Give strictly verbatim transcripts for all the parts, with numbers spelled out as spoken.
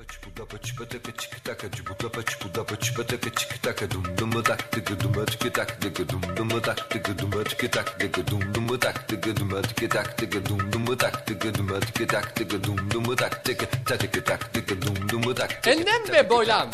Enlem ve boylam.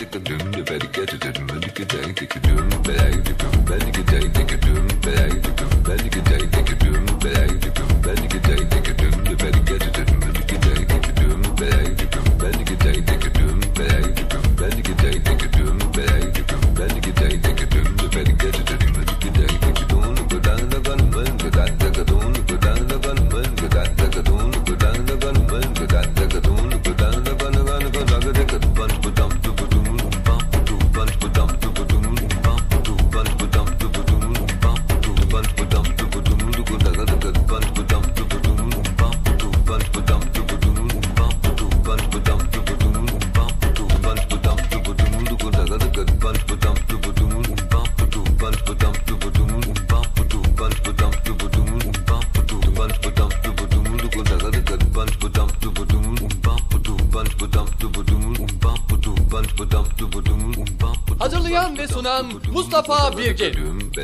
Hazırlayan ve sunan Mustafa Birgin.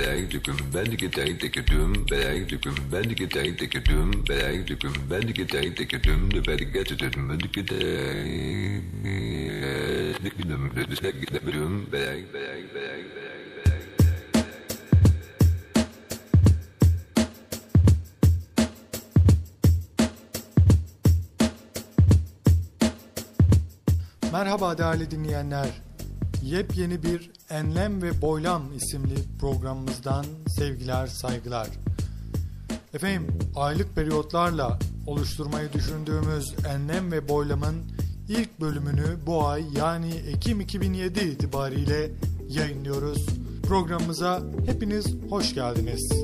Merhaba değerli dinleyenler. Yepyeni bir Enlem ve Boylam isimli programımızdan sevgiler, saygılar. Efendim, aylık periyotlarla oluşturmayı düşündüğümüz Enlem ve Boylam'ın ilk bölümünü bu ay yani Ekim iki bin yedi itibariyle yayınlıyoruz. Programımıza hepiniz hoş geldiniz.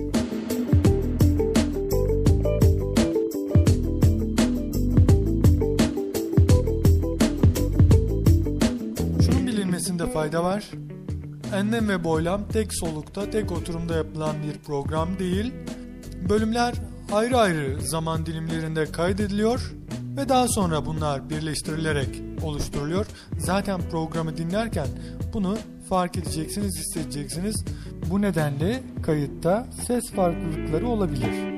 Fayda var. Enlem ve Boylam tek solukta, tek oturumda yapılan bir program değil. Bölümler ayrı ayrı zaman dilimlerinde kaydediliyor ve daha sonra bunlar birleştirilerek oluşturuluyor. Zaten programı dinlerken bunu fark edeceksiniz, hissedeceksiniz. Bu nedenle kayıtta ses farklılıkları olabilir.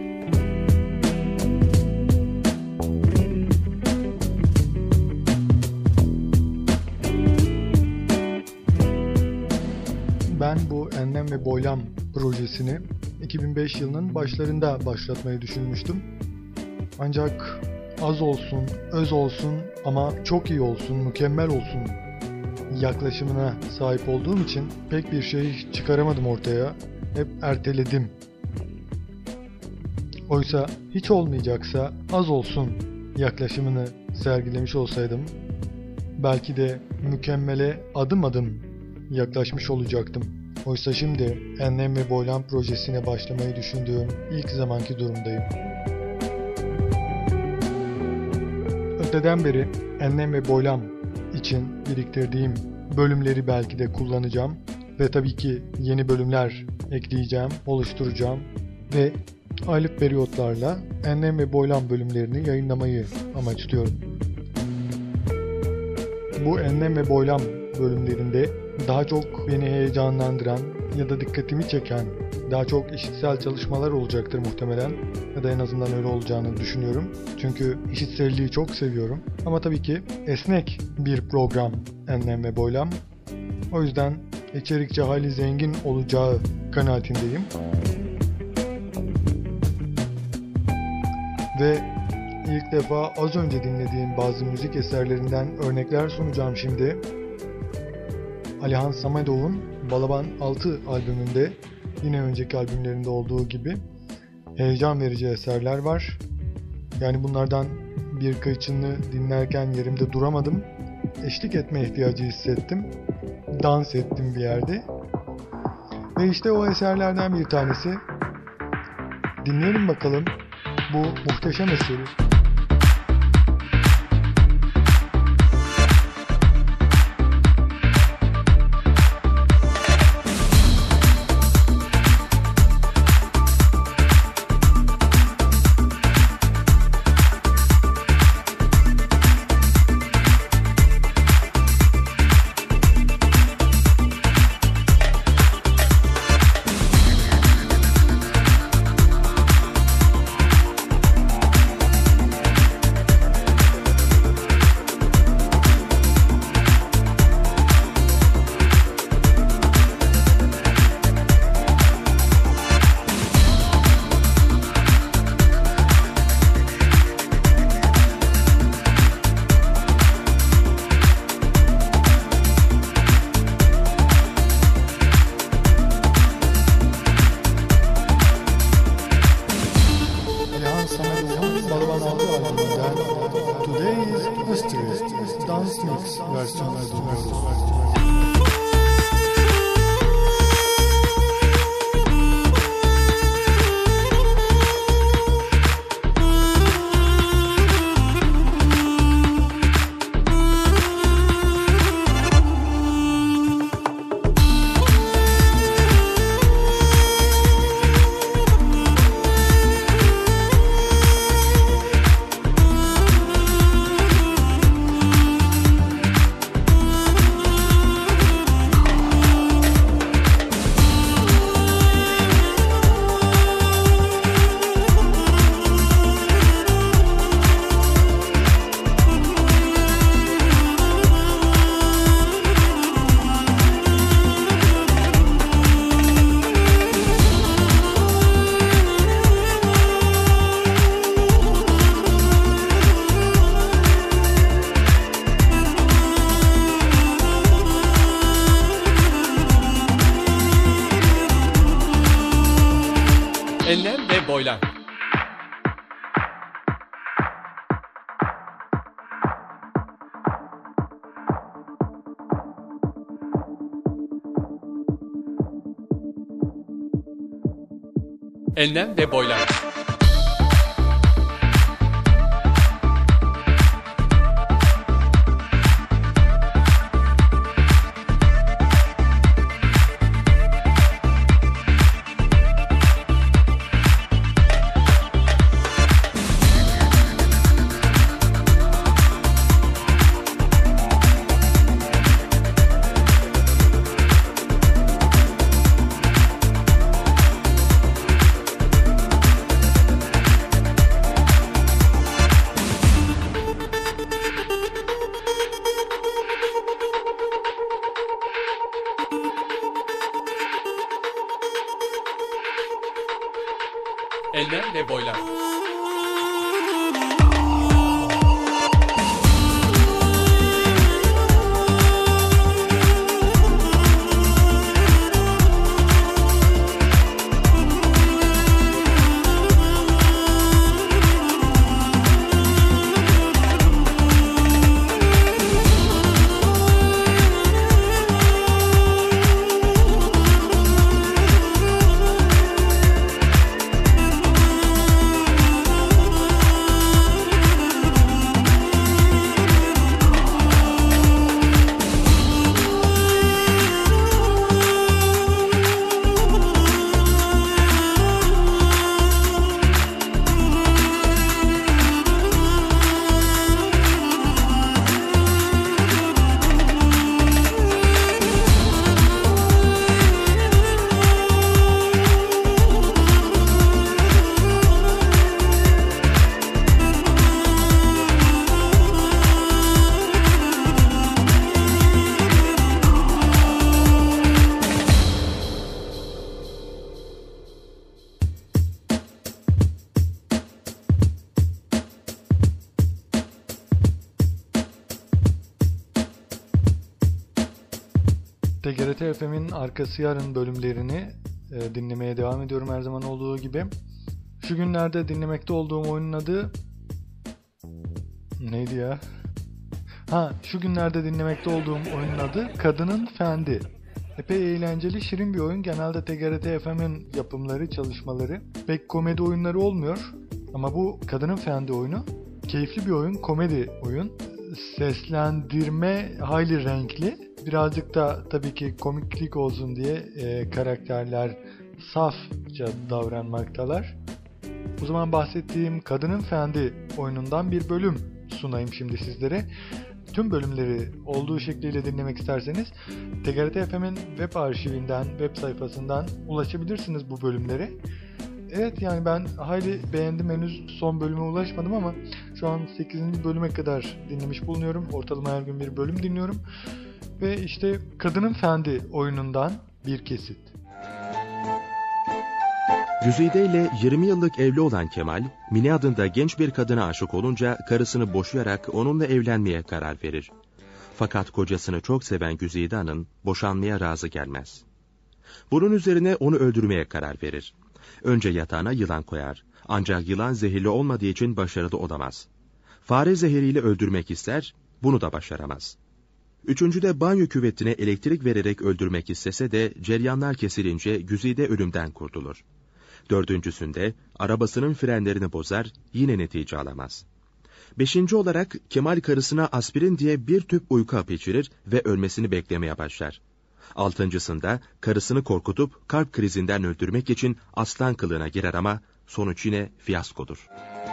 Ben bu Enlem ve Boylam projesini iki bin beş yılının başlarında başlatmayı düşünmüştüm. Ancak az olsun, öz olsun ama çok iyi olsun, mükemmel olsun yaklaşımına sahip olduğum için pek bir şey çıkaramadım ortaya. Hep erteledim. Oysa hiç olmayacaksa az olsun yaklaşımını sergilemiş olsaydım belki de mükemmele adım adım yaklaşmış olacaktım. Oysa şimdi Enlem ve Boylam projesine başlamayı düşündüğüm ilk zamanki durumdayım. Öteden beri Enlem ve Boylam için biriktirdiğim bölümleri belki de kullanacağım ve tabii ki yeni bölümler ekleyeceğim, oluşturacağım ve aylık periyotlarla Enlem ve Boylam bölümlerini yayınlamayı amaçlıyorum. Bu Enlem ve Boylam bölümlerinde daha çok beni heyecanlandıran ya da dikkatimi çeken daha çok işitsel çalışmalar olacaktır muhtemelen. Ya da en azından öyle olacağını düşünüyorum. Çünkü işitselliği çok seviyorum. Ama tabii ki esnek bir program Enlem ve Boylam. O yüzden içerikçe hali zengin olacağı kanaatindeyim. Ve ilk defa az önce dinlediğim bazı müzik eserlerinden örnekler sunacağım şimdi. Alihan Samedov'un Balaban altı albümünde yine önceki albümlerinde olduğu gibi heyecan verici eserler var. Yani bunlardan birkaçını dinlerken yerimde duramadım. Eşlik etme ihtiyacı hissettim. Dans ettim bir yerde. Ve işte o eserlerden bir tanesi. Dinleyelim bakalım bu muhteşem eseri. Dance Mix versiyonları dinliyoruz. Enlem ve boylam. Enlem ve boylam. Enlem ve boylam. T G R T F M'in Arkası Yarın bölümlerini e, dinlemeye devam ediyorum her zaman olduğu gibi. Şu günlerde dinlemekte olduğum oyunun adı neydi ya? Ha, şu günlerde dinlemekte olduğum oyunun adı Kadının Fendi. Epey eğlenceli, şirin bir oyun. Genelde T G R T F M'in yapımları, çalışmaları pek komedi oyunları olmuyor. Ama bu Kadının Fendi oyunu keyifli bir oyun, komedi oyun. Seslendirme hayli renkli. Birazcık da tabii ki komiklik olsun diye e, karakterler safça davranmaktalar. O zaman bahsettiğim Kadının Fendi oyunundan bir bölüm sunayım şimdi sizlere. Tüm bölümleri olduğu şekliyle dinlemek isterseniz T G R T F M'in web arşivinden, web sayfasından ulaşabilirsiniz bu bölümlere. Evet, yani ben hayli beğendim, henüz son bölüme ulaşmadım ama şu an sekizinci bölüme kadar dinlemiş bulunuyorum. Ortalama her gün bir bölüm dinliyorum. Ve işte Kadının Fendi oyunundan bir kesit. Güzide ile yirmi yıllık evli olan Kemal, Mine adında genç bir kadına aşık olunca karısını boşayarak onunla evlenmeye karar verir. Fakat kocasını çok seven Güzide Hanım boşanmaya razı gelmez. Bunun üzerine onu öldürmeye karar verir. Önce yatağına yılan koyar. Ancak yılan zehirli olmadığı için başarılı olamaz. Fare zehiriyle öldürmek ister bunu da başaramaz. Üçüncüde banyo küvetine elektrik vererek öldürmek istese de cereyanlar kesilince Güzide ölümden kurtulur. Dördüncüsünde arabasının frenlerini bozar, yine netice alamaz. Beşinci olarak Kemal karısına aspirin diye bir tüp uyku hapı içirir ve ölmesini beklemeye başlar. Altıncısında karısını korkutup kalp krizinden öldürmek için aslan kılığına girer ama sonuç yine fiyaskodur.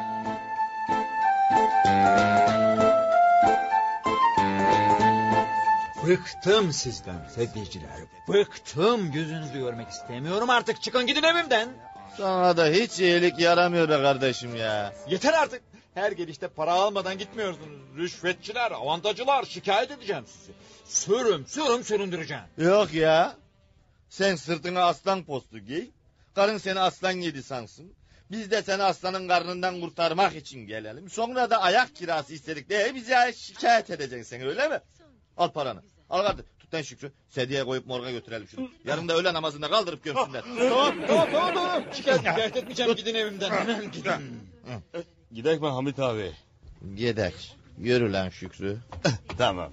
Bıktım sizden sevgiliciler. Bıktım, yüzünüzü görmek istemiyorum artık, çıkın gidin evimden. Sana da hiç iyilik yaramıyor be kardeşim ya. Yeter artık. Her gelişte para almadan gitmiyorsunuz. Rüşvetçiler, avantajcılar, şikayet edeceğim sizi. Sürüm sürüm süründüreceğim. Yok ya. Sen sırtına aslan postu giy. Karın seni aslan yedi sansın. Biz de seni aslanın karnından kurtarmak için gelelim. Sonra da ayak kirası istedik diye bize şikayet edeceksin sen, öyle mi? Al paranı. Al kardeşim. Tut lan Şükrü. Sediye koyup morga götürelim şunu. Yarın da öğle namazında kaldırıp gömsünler. Tamam tamam tamam tamam. Şikayet, şikayet etmeyeceğim, gidin evimden. Hemen gidin. Gidek mi Hamit abi? Yedek. Yürü lan Şükrü. Tamam.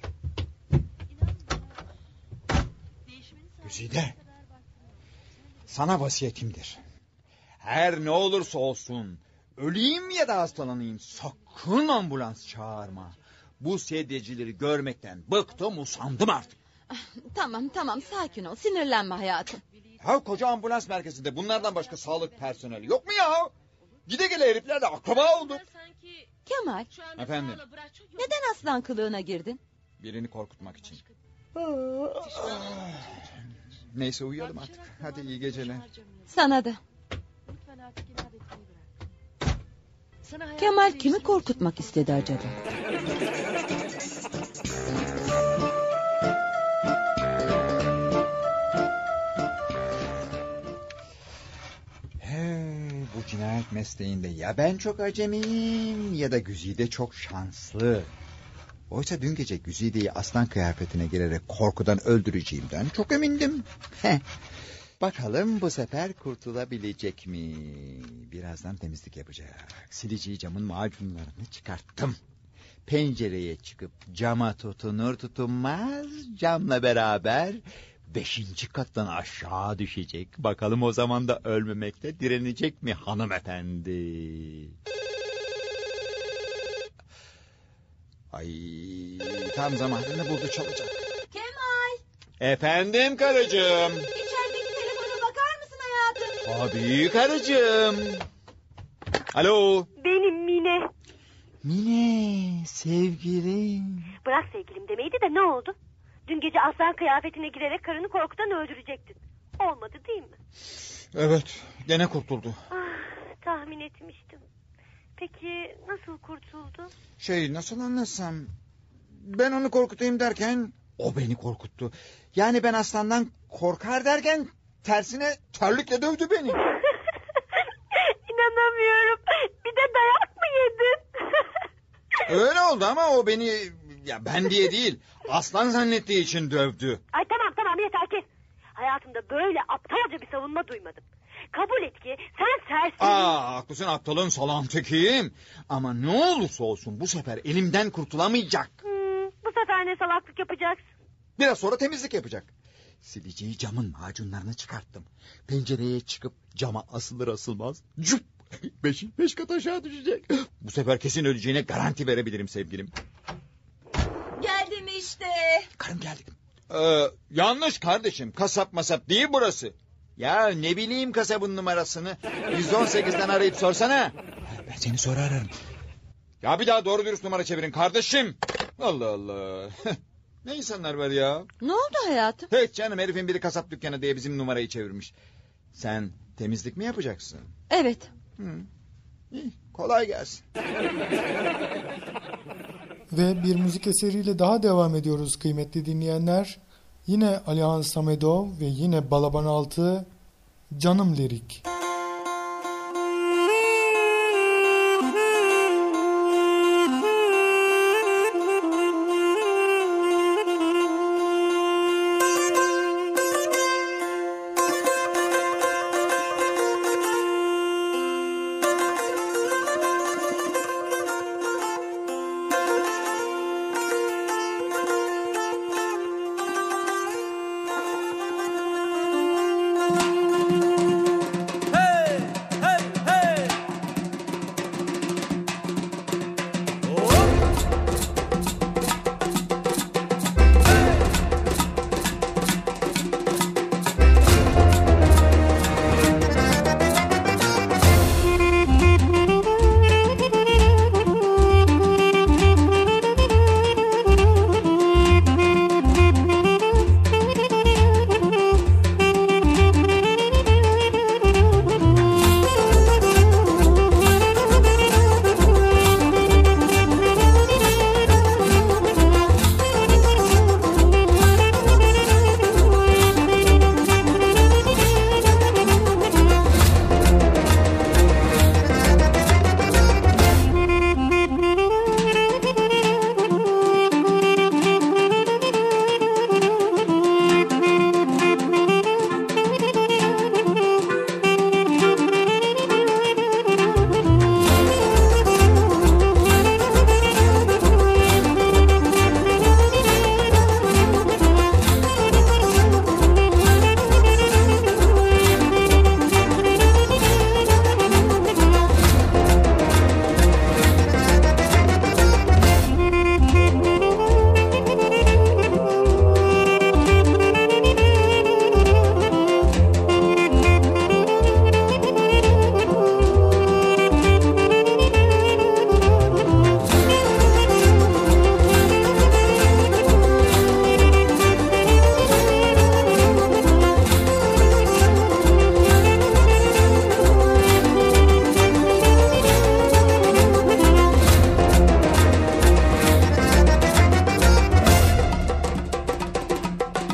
Güzide, sana vasiyetimdir. Her ne olursa olsun, öleyim ya da hastalanayım, sakın ambulans çağırma. Bu sedyecileri görmekten bıktım, usandım artık. Tamam tamam, sakin ol, sinirlenme hayatım. Ya koca ambulans merkezinde bunlardan başka sağlık personeli yok mu ya? Gide gele herifler de akraba oldu. Kemal, Efendim? neden aslan kılığına girdin? Birini korkutmak için. Neyse, uyuyalım artık. Hadi iyi geceler. Sana da. Kemal kimi korkutmak istedi acaba? Hey, bu cinayet mesleğinde ya ben çok acemiyim ya da Güzide çok şanslı. Oysa dün gece Güzide'yi aslan kıyafetine girerek korkudan öldüreceğimden çok emindim. Heh. Bakalım bu sefer kurtulabilecek mi? Birazdan temizlik yapacak. Sileceği camın macunlarını çıkarttım. Pencereye çıkıp cama tutunur tutunmaz camla beraber beşinci kattan aşağı düşecek. Bakalım o zaman da ölmemekte direnecek mi hanımefendi? Ay, tam zamanını buldu çalacak. Kemal! Efendim karıcığım. İçerideki telefona bakar mısın hayatım? Tabii karıcığım. Alo. Benim Mine. Mine, sevgilim. Bırak sevgilim demeyi de ne oldu? Dün gece aslan kıyafetine girerek karını korkudan öldürecektin. Olmadı değil mi? Evet, gene kurtuldu. Ah, tahmin etmiştim. Peki nasıl kurtuldu? Şey, nasıl anlatsam... Ben onu korkutayım derken o beni korkuttu. Yani ben aslandan korkar derken tersine terlikle dövdü beni. İnanamıyorum. Bir de dayak mı yedin? Öyle oldu ama o beni... Ya ben diye değil, aslan zannettiği için dövdü. Ay tamam tamam, yeter kes. Hayatımda böyle aptalca bir savunma duymadım. Kabul et ki sen serseri... Aa, haklısın, aptalın salam tekiyim. Ama ne olursa olsun bu sefer elimden kurtulamayacak. Hmm, bu sefer ne salaklık yapacaksın? Biraz sonra temizlik yapacak. Sileceği camın macunlarını çıkarttım. Pencereye çıkıp cama asılır asılmaz cüp, beş, beş kat aşağı düşecek. Bu sefer kesin öleceğine garanti verebilirim sevgilim. Geldim işte. Karım geldi. Ee, yanlış kardeşim, kasap masap değil burası. Ya ne bileyim kasabın numarasını. yüz on sekizden arayıp sorsana. Ben seni sonra ararım. Ya bir daha doğru dürüst numara çevirin kardeşim. Allah Allah. Ne insanlar var ya. Ne oldu hayatım? Hiç canım, herifin biri kasap dükkanı diye bizim numarayı çevirmiş. Sen temizlik mi yapacaksın? Evet. Hı. İyi, kolay gelsin. Ve bir müzik eseriyle daha devam ediyoruz kıymetli dinleyenler. Yine Alihan Samedov ve yine Balaban altı, Canım Lirik.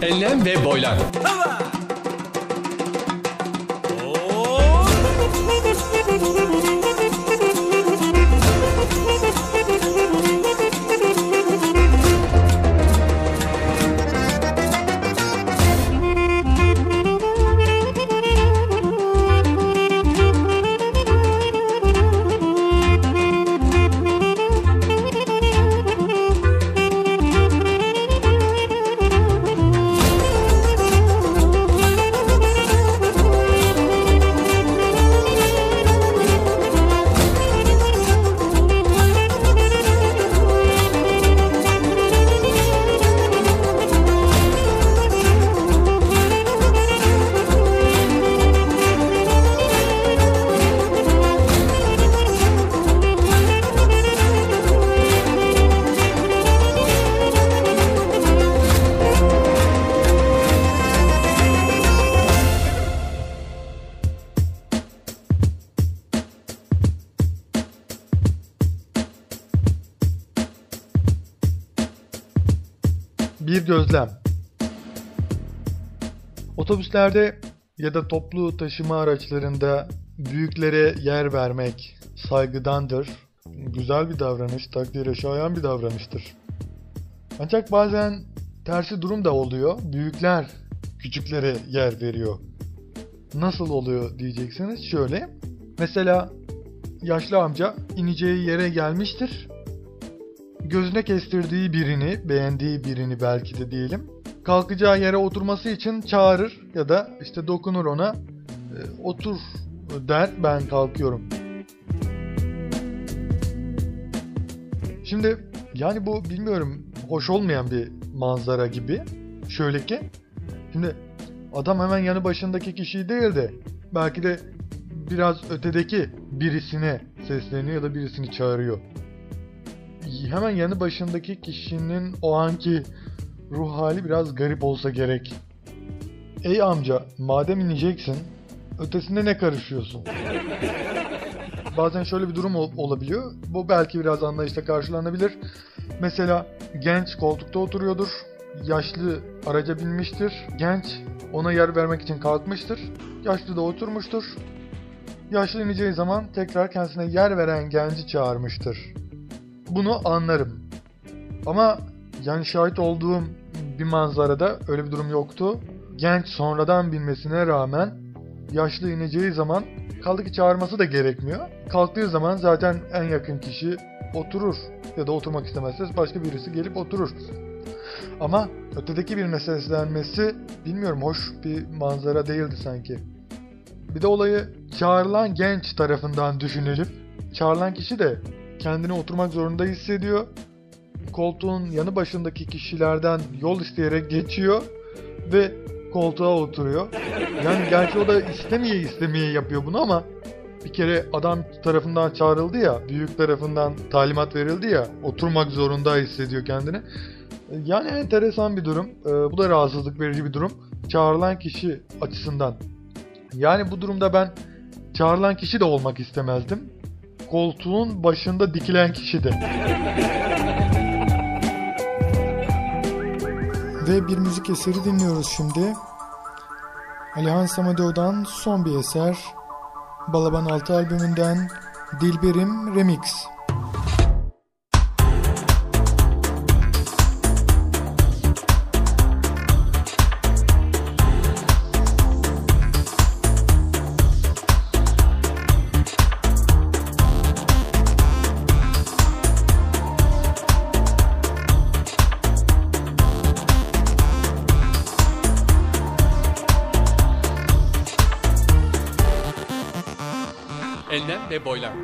Enlem ve boylar. Bir gözlem. Otobüslerde ya da toplu taşıma araçlarında büyüklere yer vermek saygıdandır. Güzel bir davranış, takdire şayan bir davranıştır. Ancak bazen tersi durum da oluyor. Büyükler küçüklere yer veriyor. Nasıl oluyor diyeceksiniz. Şöyle. Mesela yaşlı amca ineceği yere gelmiştir. Gözüne kestirdiği birini, beğendiği birini belki de diyelim, kalkacağı yere oturması için çağırır ya da işte dokunur ona, e, otur der, ben kalkıyorum. Şimdi yani bu bilmiyorum hoş olmayan bir manzara gibi. Şöyle ki, şimdi adam hemen yanı başındaki kişiyi değil de belki de biraz ötedeki birisine sesleniyor ya da birisini çağırıyor. Hemen yanı başındaki kişinin o anki ruh hali biraz garip olsa gerek. Ey amca, madem ineceksin, ötesinde ne karışıyorsun? Bazen şöyle bir durum ol- olabiliyor. Bu belki biraz anlayışla karşılanabilir. Mesela genç koltukta oturuyordur. Yaşlı araca binmiştir. Genç ona yer vermek için kalkmıştır. Yaşlı da oturmuştur. Yaşlı ineceği zaman tekrar kendisine yer veren genci çağırmıştır. Bunu anlarım. Ama yani şahit olduğum bir manzarada öyle bir durum yoktu. Genç sonradan binmesine rağmen yaşlı ineceği zaman kaldı ki çağırması da gerekmiyor. Kalktığı zaman zaten en yakın kişi oturur ya da oturmak istemezse başka birisi gelip oturur. Ama ötedeki birine seslenmesi bilmiyorum hoş bir manzara değildi sanki. Bir de olayı çağrılan genç tarafından düşünelim. Çağrılan kişi de kendini oturmak zorunda hissediyor. Koltuğun yanı başındaki kişilerden yol isteyerek geçiyor ve koltuğa oturuyor. Yani gerçi o da istemeye istemeye yapıyor bunu ama bir kere adam tarafından çağrıldı ya, büyük tarafından talimat verildi ya, oturmak zorunda hissediyor kendini. Yani enteresan bir durum. Bu da rahatsızlık verici bir durum. Çağrılan kişi açısından. Yani bu durumda ben çağrılan kişi de olmak istemezdim. Koltuğun başında dikilen kişi de. Ve bir müzik eseri dinliyoruz şimdi. Alihan Samadeo'dan son bir eser. Balaban altı albümünden Dilberim Remix. Enlem ve boylar.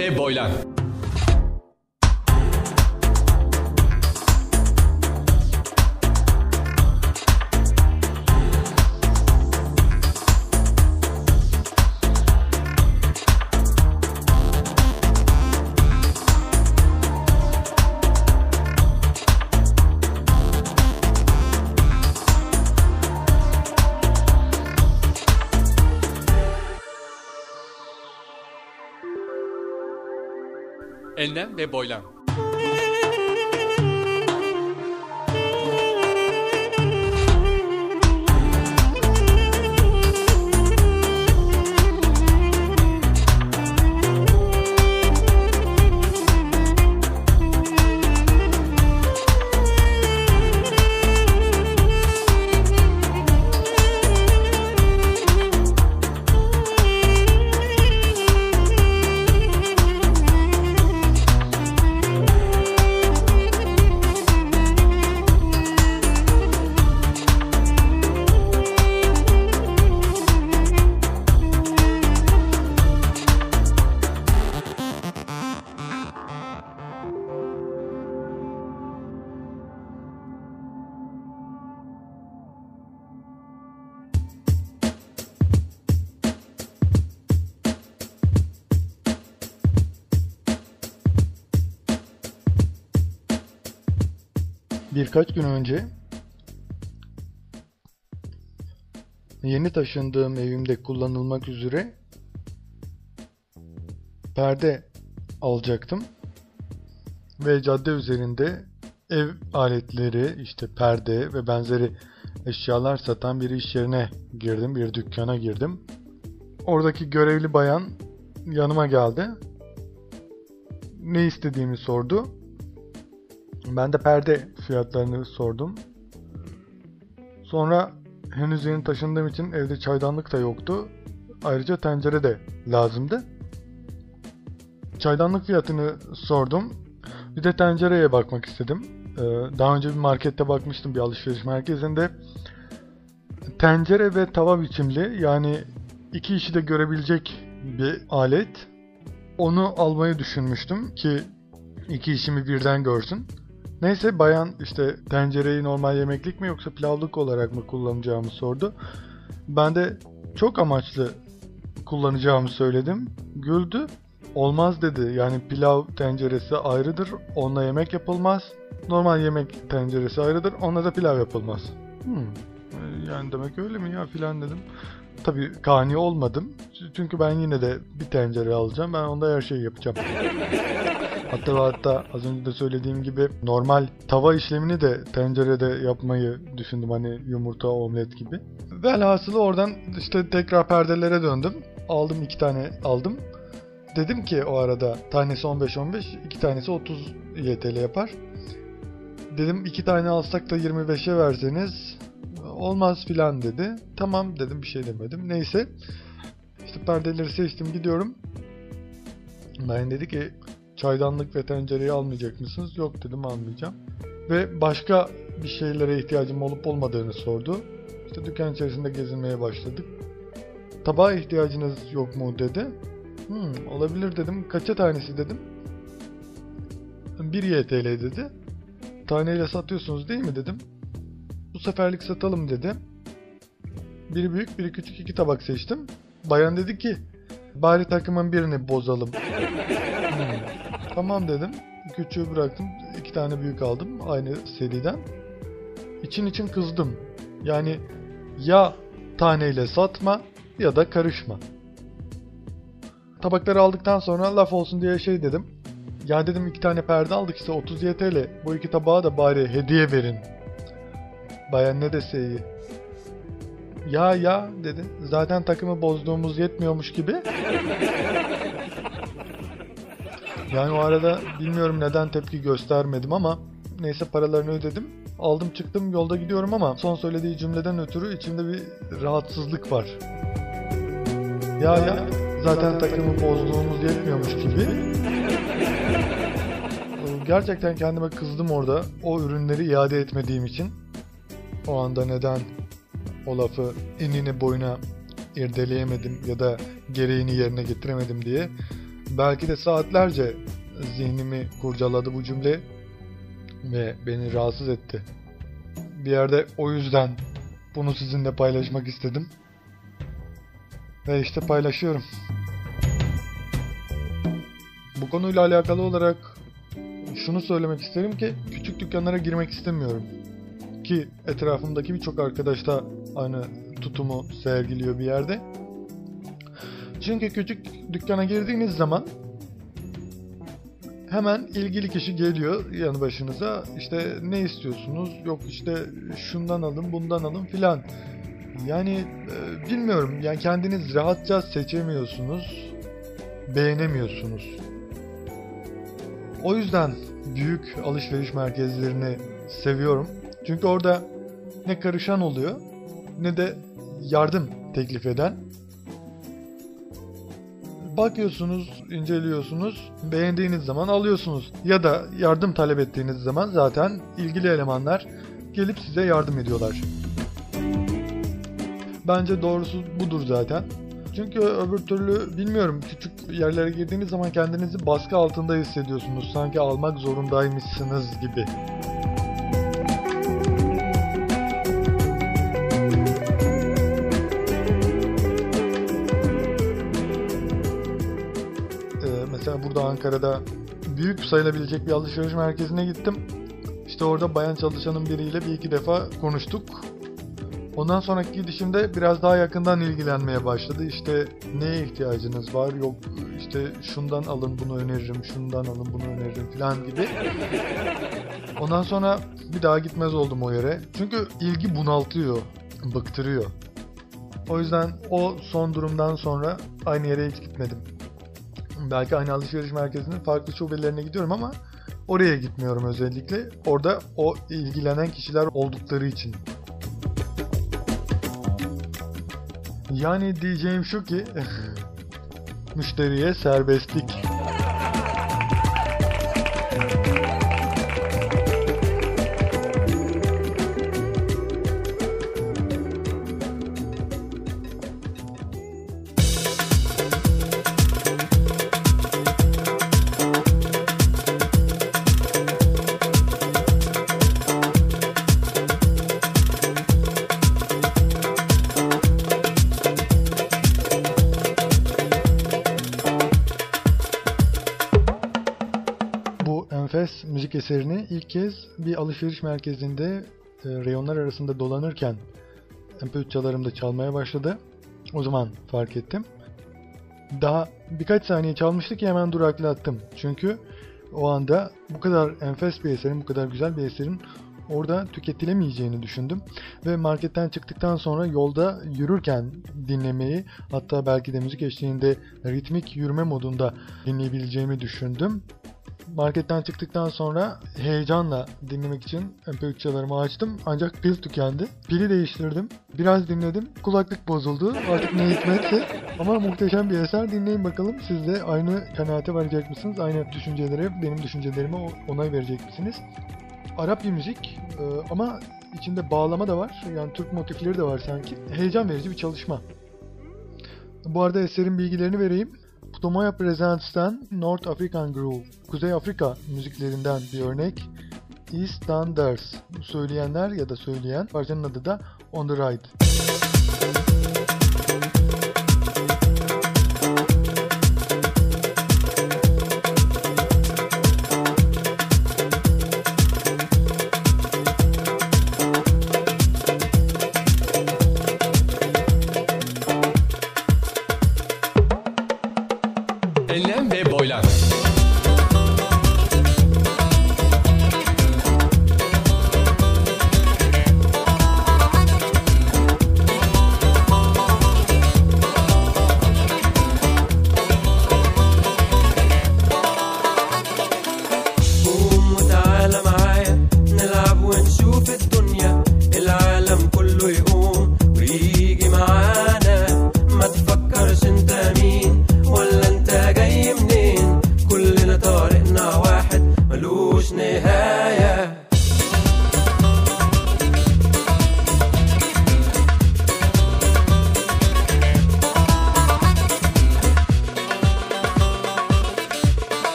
ve boylar. Enlem ve boylam. Birkaç gün önce yeni taşındığım evimde kullanılmak üzere perde alacaktım ve cadde üzerinde ev aletleri, işte perde ve benzeri eşyalar satan bir iş yerine girdim, bir dükkana girdim. Oradaki görevli bayan yanıma geldi. Ne istediğimi sordu. Ben de perde fiyatlarını sordum. Sonra henüz yeni taşındığım için evde çaydanlık da yoktu. Ayrıca tencere de lazımdı. Çaydanlık fiyatını sordum. Bir de tencereye bakmak istedim. Ee, daha önce bir markette bakmıştım, bir alışveriş merkezinde. Tencere ve tava biçimli, yani iki işi de görebilecek bir alet. Onu almayı düşünmüştüm ki iki işimi birden görsün. Neyse, bayan işte tencereyi normal yemeklik mi yoksa pilavlık olarak mı kullanacağımı sordu. Ben de çok amaçlı kullanacağımı söyledim. Güldü. Olmaz dedi. Yani pilav tenceresi ayrıdır. Onunla yemek yapılmaz. Normal yemek tenceresi ayrıdır. Onunla da pilav yapılmaz. Hmm. Yani demek öyle mi ya filan dedim. Tabii kani olmadım. Çünkü ben yine de bir tencere alacağım. Ben onda her şeyi yapacağım. Hatta hatta az önce de söylediğim gibi normal tava işlemini de tencerede yapmayı düşündüm. Hani yumurta, omlet gibi. Velhasılı oradan işte tekrar perdelere döndüm. Aldım, iki tane aldım. Dedim ki o arada tanesi on beş on beş, iki tanesi otuz Y T L yapar. Dedim iki tane alsak da yirmi beşe verseniz olmaz filan dedi. Tamam dedim, bir şey demedim. Neyse işte perdeleri seçtim, gidiyorum. Ben dedi ki çaydanlık ve tencereyi almayacak mısınız? Yok dedim, almayacağım. Ve başka bir şeylere ihtiyacım olup olmadığını sordu. İşte dükkan içerisinde gezinmeye başladık. Tabağa ihtiyacınız yok mu dedi. Hmm, olabilir dedim. Kaça tanesi dedim. bir Y T L dedi. Taneyle satıyorsunuz değil mi dedim. Bu seferlik satalım dedi. Biri büyük, biri küçük, iki tabak seçtim. Bayan dedi ki bari takımın birini bozalım. Hmm. Tamam dedim. Küçüğü bıraktım. İki tane büyük aldım aynı seriden. İçin için kızdım. Yani ya taneyle satma ya da karışma. Tabakları aldıktan sonra laf olsun diye şey dedim. Ya dedim iki tane perde aldık işte otuz Y T L. Bu iki tabağa da bari hediye verin. Bayan ne dese iyi. Ya ya dedi. Zaten takımı bozduğumuz yetmiyormuş gibi. Yani o arada bilmiyorum neden tepki göstermedim ama neyse paralarını ödedim. Aldım çıktım, yolda gidiyorum ama son söylediği cümleden ötürü içimde bir rahatsızlık var. Ya ya zaten takımı bozduğumuz yetmiyormuş gibi. Gerçekten kendime kızdım orada, o ürünleri iade etmediğim için. O anda neden o lafı enine boyuna irdeleyemedim ya da gereğini yerine getiremedim diye belki de saatlerce zihnimi kurcaladı bu cümle ve beni rahatsız etti. Bir yerde o yüzden bunu sizinle paylaşmak istedim. Ve işte paylaşıyorum. Bu konuyla alakalı olarak şunu söylemek isterim ki küçük dükkanlara girmek istemiyorum. Ki etrafımdaki birçok arkadaş da aynı tutumu sergiliyor bir yerde. Çünkü küçük dükkana girdiğiniz zaman hemen ilgili kişi geliyor yanı başınıza. İşte ne istiyorsunuz? Yok işte şundan alın, bundan alın filan. Yani e, bilmiyorum. Yani kendiniz rahatça seçemiyorsunuz, beğenemiyorsunuz. O yüzden büyük alışveriş merkezlerini seviyorum. Çünkü orada ne karışan oluyor ne de yardım teklif eden. Bakıyorsunuz, inceliyorsunuz, beğendiğiniz zaman alıyorsunuz. Ya da yardım talep ettiğiniz zaman zaten ilgili elemanlar gelip size yardım ediyorlar. Bence doğrusu budur zaten. Çünkü öbür türlü bilmiyorum, küçük yerlere girdiğiniz zaman kendinizi baskı altında hissediyorsunuz. Sanki almak zorundaymışsınız gibi. Mesela burada Ankara'da büyük sayılabilecek bir alışveriş merkezine gittim. İşte orada bayan çalışanın biriyle bir iki defa konuştuk. Ondan sonraki gidişimde biraz daha yakından ilgilenmeye başladı. İşte neye ihtiyacınız var? Yok işte şundan alın bunu öneririm, şundan alın bunu öneririm falan gibi. Ondan sonra bir daha gitmez oldum o yere. Çünkü ilgi bunaltıyor, bıktırıyor. O yüzden o son durumdan sonra aynı yere hiç gitmedim. Belki aynı alışveriş merkezinin farklı şubelerine gidiyorum ama oraya gitmiyorum özellikle. Orada o ilgilenen kişiler oldukları için. Yani diyeceğim şu ki müşteriye serbestlik. Enfes müzik eserini ilk kez bir alışveriş merkezinde e, reyonlar arasında dolanırken M P üç çalarımda çalmaya başladı. O zaman fark ettim. Daha birkaç saniye çalmıştı ki hemen duraklattım. Çünkü o anda bu kadar enfes bir eserin, bu kadar güzel bir eserin orada tüketilemeyeceğini düşündüm. Ve marketten çıktıktan sonra yolda yürürken dinlemeyi, hatta belki de müzik eşliğinde ritmik yürüme modunda dinleyebileceğimi düşündüm. Marketten çıktıktan sonra heyecanla dinlemek için M P üç çalarımı açtım ancak pil tükendi. Pili değiştirdim. Biraz dinledim. Kulaklık bozuldu. Artık ne hikmetse. Ama muhteşem bir eser. Dinleyin bakalım. Siz de aynı kanaate varacak mısınız? Aynı düşüncelere, benim düşüncelerime onay verecek misiniz? Arap bir müzik ama içinde bağlama da var. Yani Türk motifleri de var sanki. Heyecan verici bir çalışma. Bu arada eserin bilgilerini vereyim. Putomoya Presents'ten North African Groove, Kuzey Afrika müziklerinden bir örnek. EastEnders, söyleyenler ya da söyleyen, parçanın adı da On The Ride. Enlem ve boylan.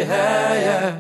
نهاية.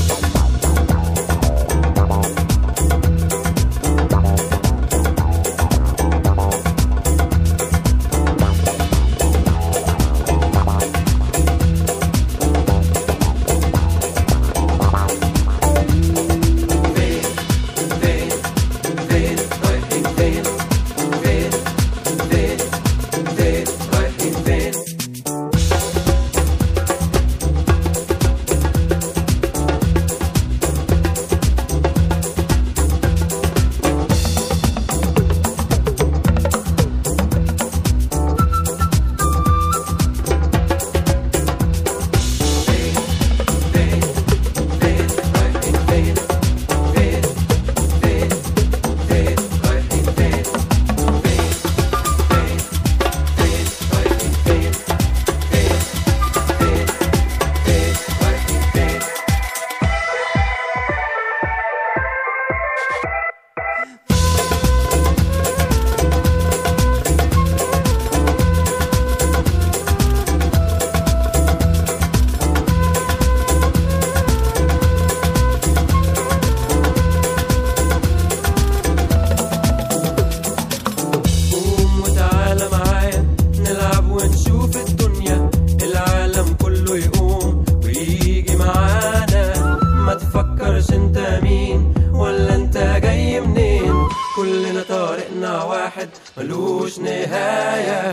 ملوش نهاية.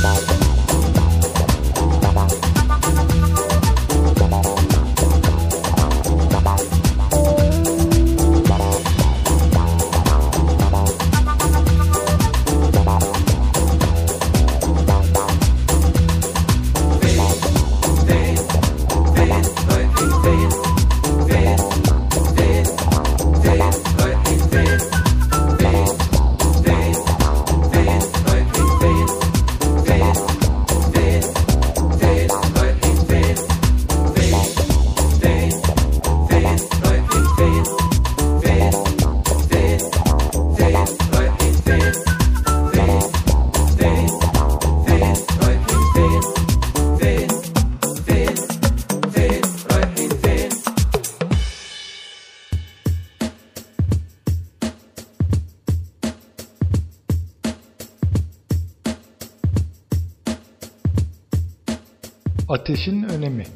Ateşin önemi.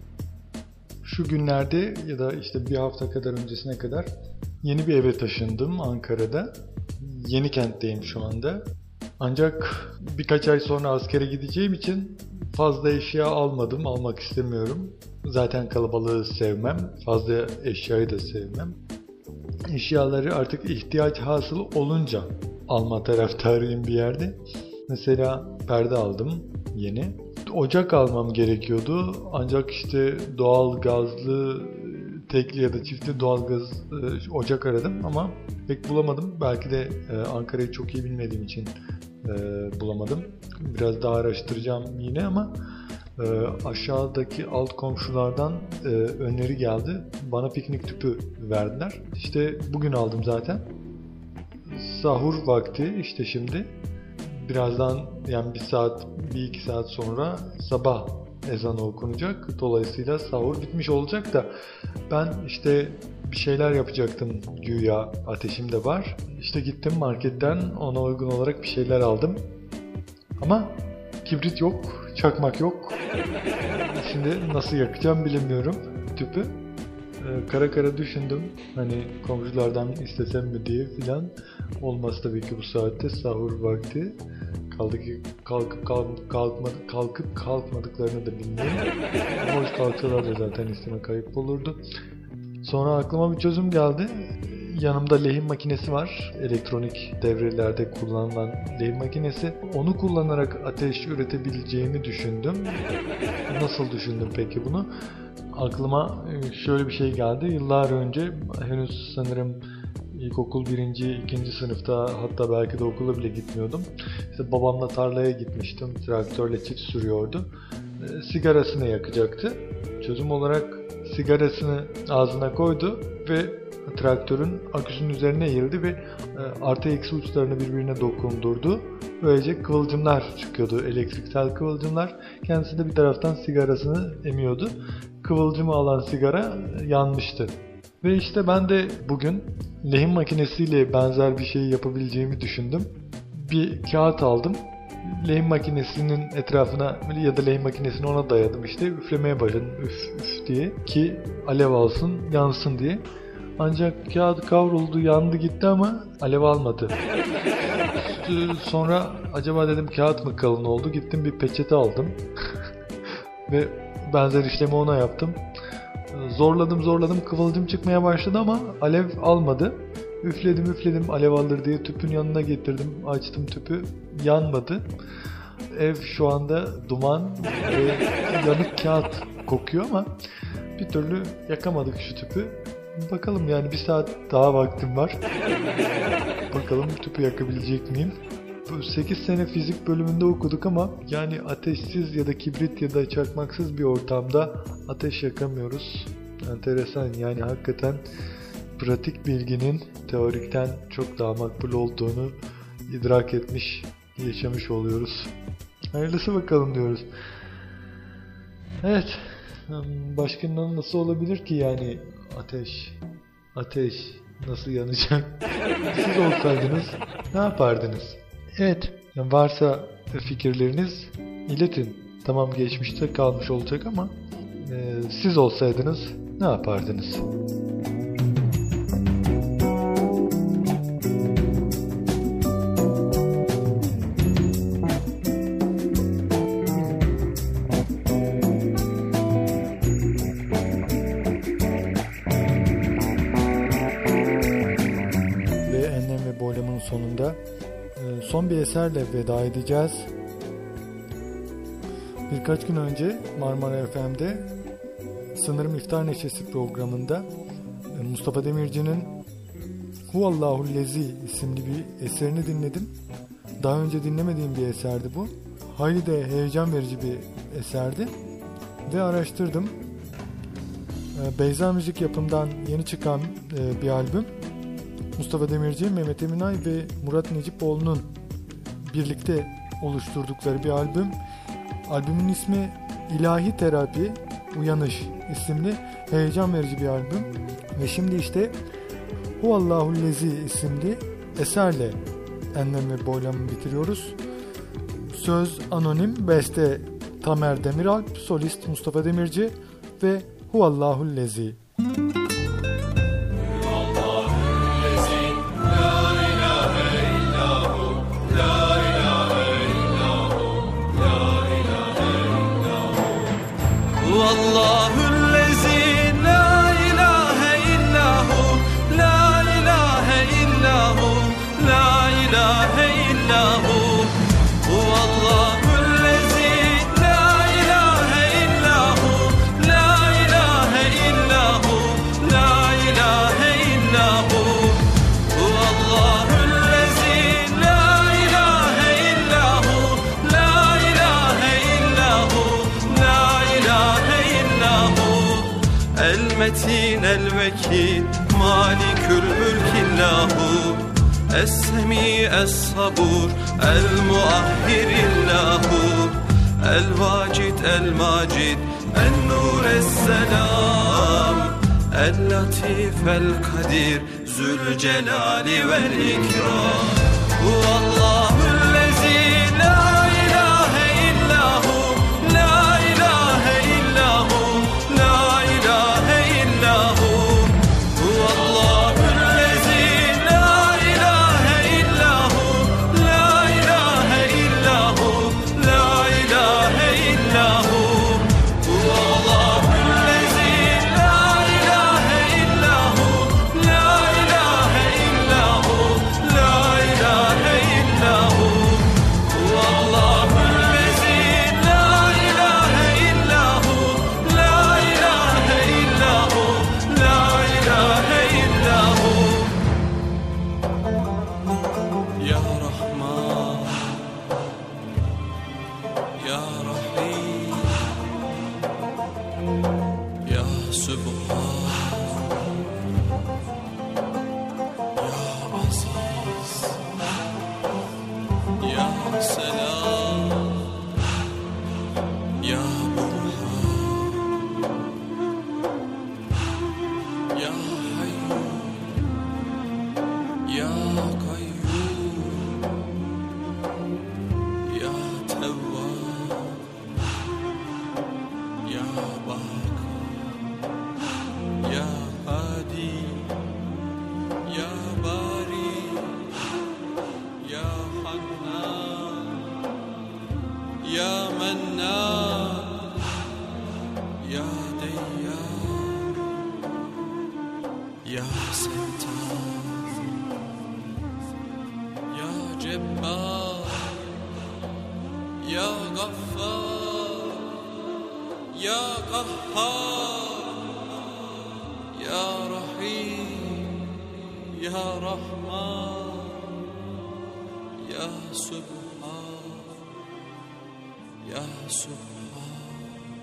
Şu günlerde ya da işte bir hafta kadar öncesine kadar yeni bir eve taşındım Ankara'da. Yenikent'teyim şu anda. Ancak birkaç ay sonra askere gideceğim için fazla eşya almadım, almak istemiyorum. Zaten kalabalığı sevmem, fazla eşyayı da sevmem. Eşyaları artık ihtiyaç hasıl olunca alma taraftarıyım bir yerde. Mesela perde aldım yeni. Ocak almam gerekiyordu ancak işte doğal gazlı tekli ya da çiftli doğal gaz e, ocak aradım ama pek bulamadım. Belki de e, Ankara'yı çok iyi bilmediğim için e, bulamadım. Biraz daha araştıracağım yine ama e, aşağıdaki alt komşulardan e, öneri geldi. Bana piknik tüpü verdiler. İşte bugün aldım zaten. Sahur vakti işte şimdi. Birazdan yani bir saat, bir iki saat sonra sabah ezanı okunacak. Dolayısıyla sahur bitmiş olacak da ben işte bir şeyler yapacaktım güya ateşim de var. İşte gittim marketten ona uygun olarak bir şeyler aldım. Ama kibrit yok, çakmak yok. Şimdi nasıl yakacağım bilemiyorum tüpü. Ee, kara kara düşündüm hani komşulardan istesem mi diye filan. Olmaz tabii ki bu saatte sahur vakti. Kaldı ki kalkıp kalk, kalkmadı, kalkıp kalkmadıklarını da bilmiyorum. Hoş kalksalar da zaten isteme kayıp olurdu. Sonra aklıma bir çözüm geldi. Yanımda lehim makinesi var. Elektronik devrelerde kullanılan lehim makinesi. Onu kullanarak ateş üretebileceğimi düşündüm. Nasıl düşündüm peki bunu? Aklıma şöyle bir şey geldi. Yıllar önce henüz sanırım İlkokul birinci, ikinci sınıfta hatta belki de okula bile gitmiyordum. İşte babamla tarlaya gitmiştim. Traktörle çift sürüyordu. E, sigarasını yakacaktı. Çözüm olarak sigarasını ağzına koydu ve traktörün aküsünün üzerine eğildi ve e, artı eksi uçlarını birbirine dokundurdu. Böylece kıvılcımlar çıkıyordu. Elektriksel kıvılcımlar. Kendisi de bir taraftan sigarasını emiyordu. kıvılcımı alan sigara yanmıştı. Ve işte ben de bugün lehim makinesiyle benzer bir şey yapabileceğimi düşündüm. Bir kağıt aldım. Lehim makinesinin etrafına ya da lehim makinesini ona dayadım işte. Üflemeye başladım. Üf üf diye ki alev alsın, yansın diye. Ancak kağıt kavruldu, yandı gitti ama alev almadı. Sonra acaba dedim kağıt mı kalın oldu? Gittim bir peçete aldım. Ve benzer işlemi ona yaptım. Zorladım zorladım kıvılcım çıkmaya başladı ama alev almadı. Üfledim üfledim alev alır diye tüpün yanına getirdim. Açtım tüpü, yanmadı. Ev şu anda duman ve yanık kağıt kokuyor ama bir türlü yakamadık şu tüpü. Bakalım yani bir saat daha vaktim var. Bakalım tüpü yakabilecek miyim? sekiz sene fizik bölümünde okuduk ama yani ateşsiz ya da kibrit ya da çakmaksız bir ortamda ateş yakamıyoruz. Enteresan yani hakikaten pratik bilginin teorikten çok daha makbul olduğunu idrak etmiş, yaşamış oluyoruz. Hayırlısı bakalım diyoruz. Evet, başka nasıl olabilir ki yani ateş, ateş nasıl yanacak? Siz olsaydınız ne yapardınız? Evet, varsa fikirleriniz iletin. Tamam geçmişte kalmış olacak ama e, siz olsaydınız ne yapardınız? Ve Enlem ve Boylam'ın sonunda son bir eserle veda edeceğiz. Birkaç gün önce Marmara F M'de sanırım İftar Neşesi programında Mustafa Demirci'nin Huvallahu'l-Lezi isimli bir eserini dinledim. Daha önce dinlemediğim bir eserdi bu. Hayli de heyecan verici bir eserdi. Ve araştırdım. Beyza Müzik yapımından yeni çıkan bir albüm. Mustafa Demirci, Mehmet Eminay ve Murat Necipoğlu'nun birlikte oluşturdukları bir albüm. Albümün ismi İlahi Terapi Uyanış isimli heyecan verici bir albüm. Ve şimdi işte Huvallahu'l-Lezi isimli eserle Enlem ve Boylam'ı bitiriyoruz. Söz anonim, beste Tamer Demiralp, solist Mustafa Demirci ve Huvallahu'l-Lezi. Huvallahu'l-Lezi la ilahe illahu, la ilahe illahu, la ilahe illahu. Huvallahu'l-Lezi la ilahe illahu, la ilahe illahu, la ilahe illahu. Huvallahu'l-Lezi la ilahe illahu, la ilahe illahu, la ilahe illahu. El-Metin el-Vekil Malikül Mülkillahu, Es-Semi Es-Sabur El-Muahhir illahu, El-Vacid El-Macid El-Nur Es-Selam, El-Latif El-Kadir Zülcelali vel-İkram. Huvallahu'l-Lezi la ilahe illahu, la ilahe illahu, la ilahe illahu. Huvallahu'l-Lezi la ilahe illahu, la ilahe illahu, la ilahe illahu. Huvallahu'l-Lezi la ilahe illahu, la ilahe illahu, la ilahe illahu. Ya Hayyu Ya Kayyum Ya Tevvab Ya Baki Ya Hadi Ya Bari Ya Hannan Ya Mennan Ya Deyyar Ya Settar Ya Cebbar Ya Gaffar Ya Qahhar Ya Rahim Ya Rahman Ya Subhan Ya Subhan.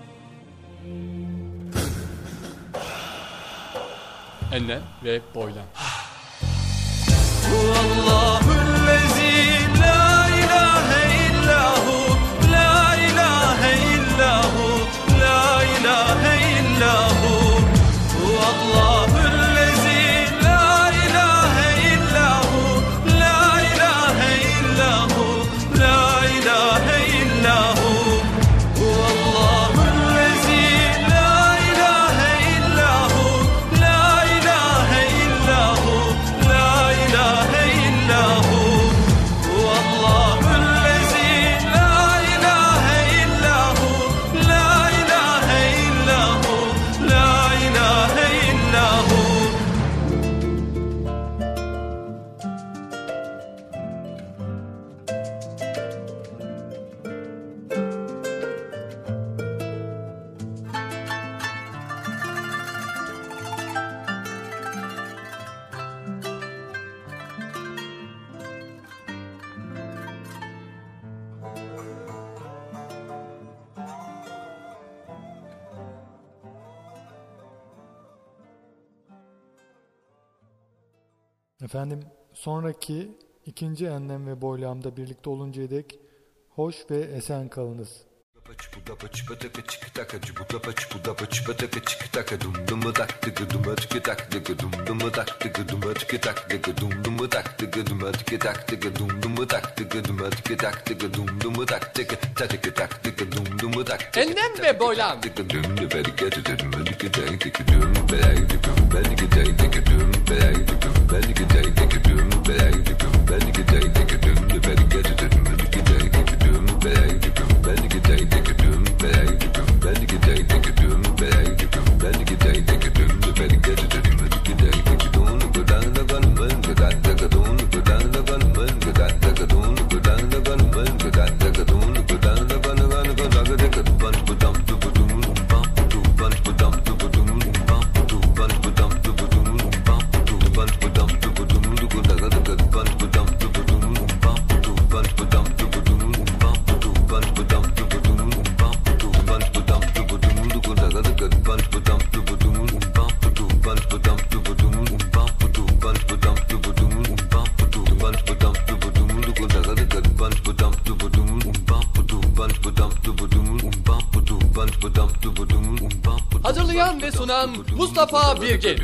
Enlem ve boylam. Huvallahu'l-lezî la ilahe illahu la ilahe illahu la ilahe illahu Huvallahu'l-lezî la ilahe illahu la ilahe illahu la ilahe illahu Huvallahu'l-lezî la ilahe illahu la ilahe illahu la ilahe illahu Huvallahu'l-lezî la ilahe illahu la ilahe illahu la ilahe illahu. Efendim, sonraki ikinci enlem ve boylamda birlikte oluncaya dek hoş ve esen kalınız. Enlem ve boylam. Hazırlayan ve sunan Mustafa Birgin.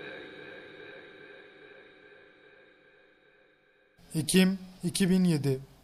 Ekim iki bin yedi